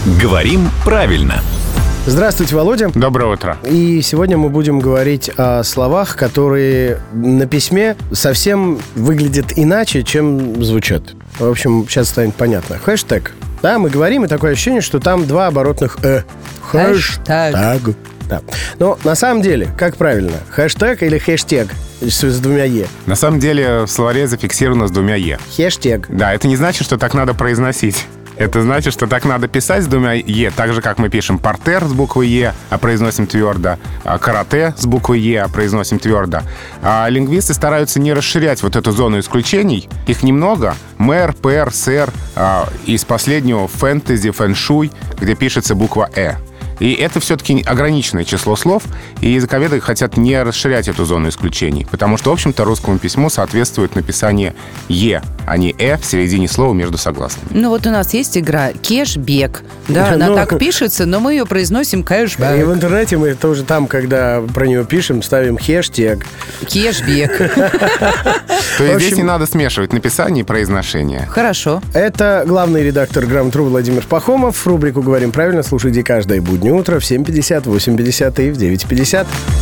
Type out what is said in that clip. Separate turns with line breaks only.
Говорим правильно.
Здравствуйте, Володя.
Доброе утро.
И сегодня мы будем говорить о словах, которые на письме совсем выглядят иначе, чем звучат. В общем, сейчас станет понятно. Хэштег. Да, мы говорим, и такое ощущение, что там два оборотных «э».
Хэштег.
Да. Но на самом деле, как правильно? Хэштег или хэштег с двумя «е»?
На самом деле в словаре зафиксировано с двумя «е».
Хэштег.
Да, это не значит, что так надо произносить. Это значит, что так надо писать с двумя «е», так же, как мы пишем «портер» с буквой «е», а произносим твердо, «карате» с буквой «е», а произносим твердо. А лингвисты стараются не расширять вот эту зону исключений. Их немного. Мэр, пэр, сэр. Из последнего фэнтези, фэншуй, где пишется буква «э». И это все-таки ограниченное число слов, и языковеды хотят не расширять эту зону исключений, потому что, в общем-то, русскому письму соответствует написание «е», а не «э» в середине слова между согласными.
Ну вот у нас есть игра «Кэшбэк». Да, она так пишется, но мы ее произносим «кэшбэк».
И в интернете мы тоже там, когда про нее пишем, ставим хэштег.
«Кэшбэк».
То есть здесь не надо смешивать написание и произношение.
Хорошо.
Это главный редактор «Грамотру» Владимир Пахомов. Рубрику «Говорим правильно» слушайте каждое буднее утро в 7:50, 8:50 и в 9:50.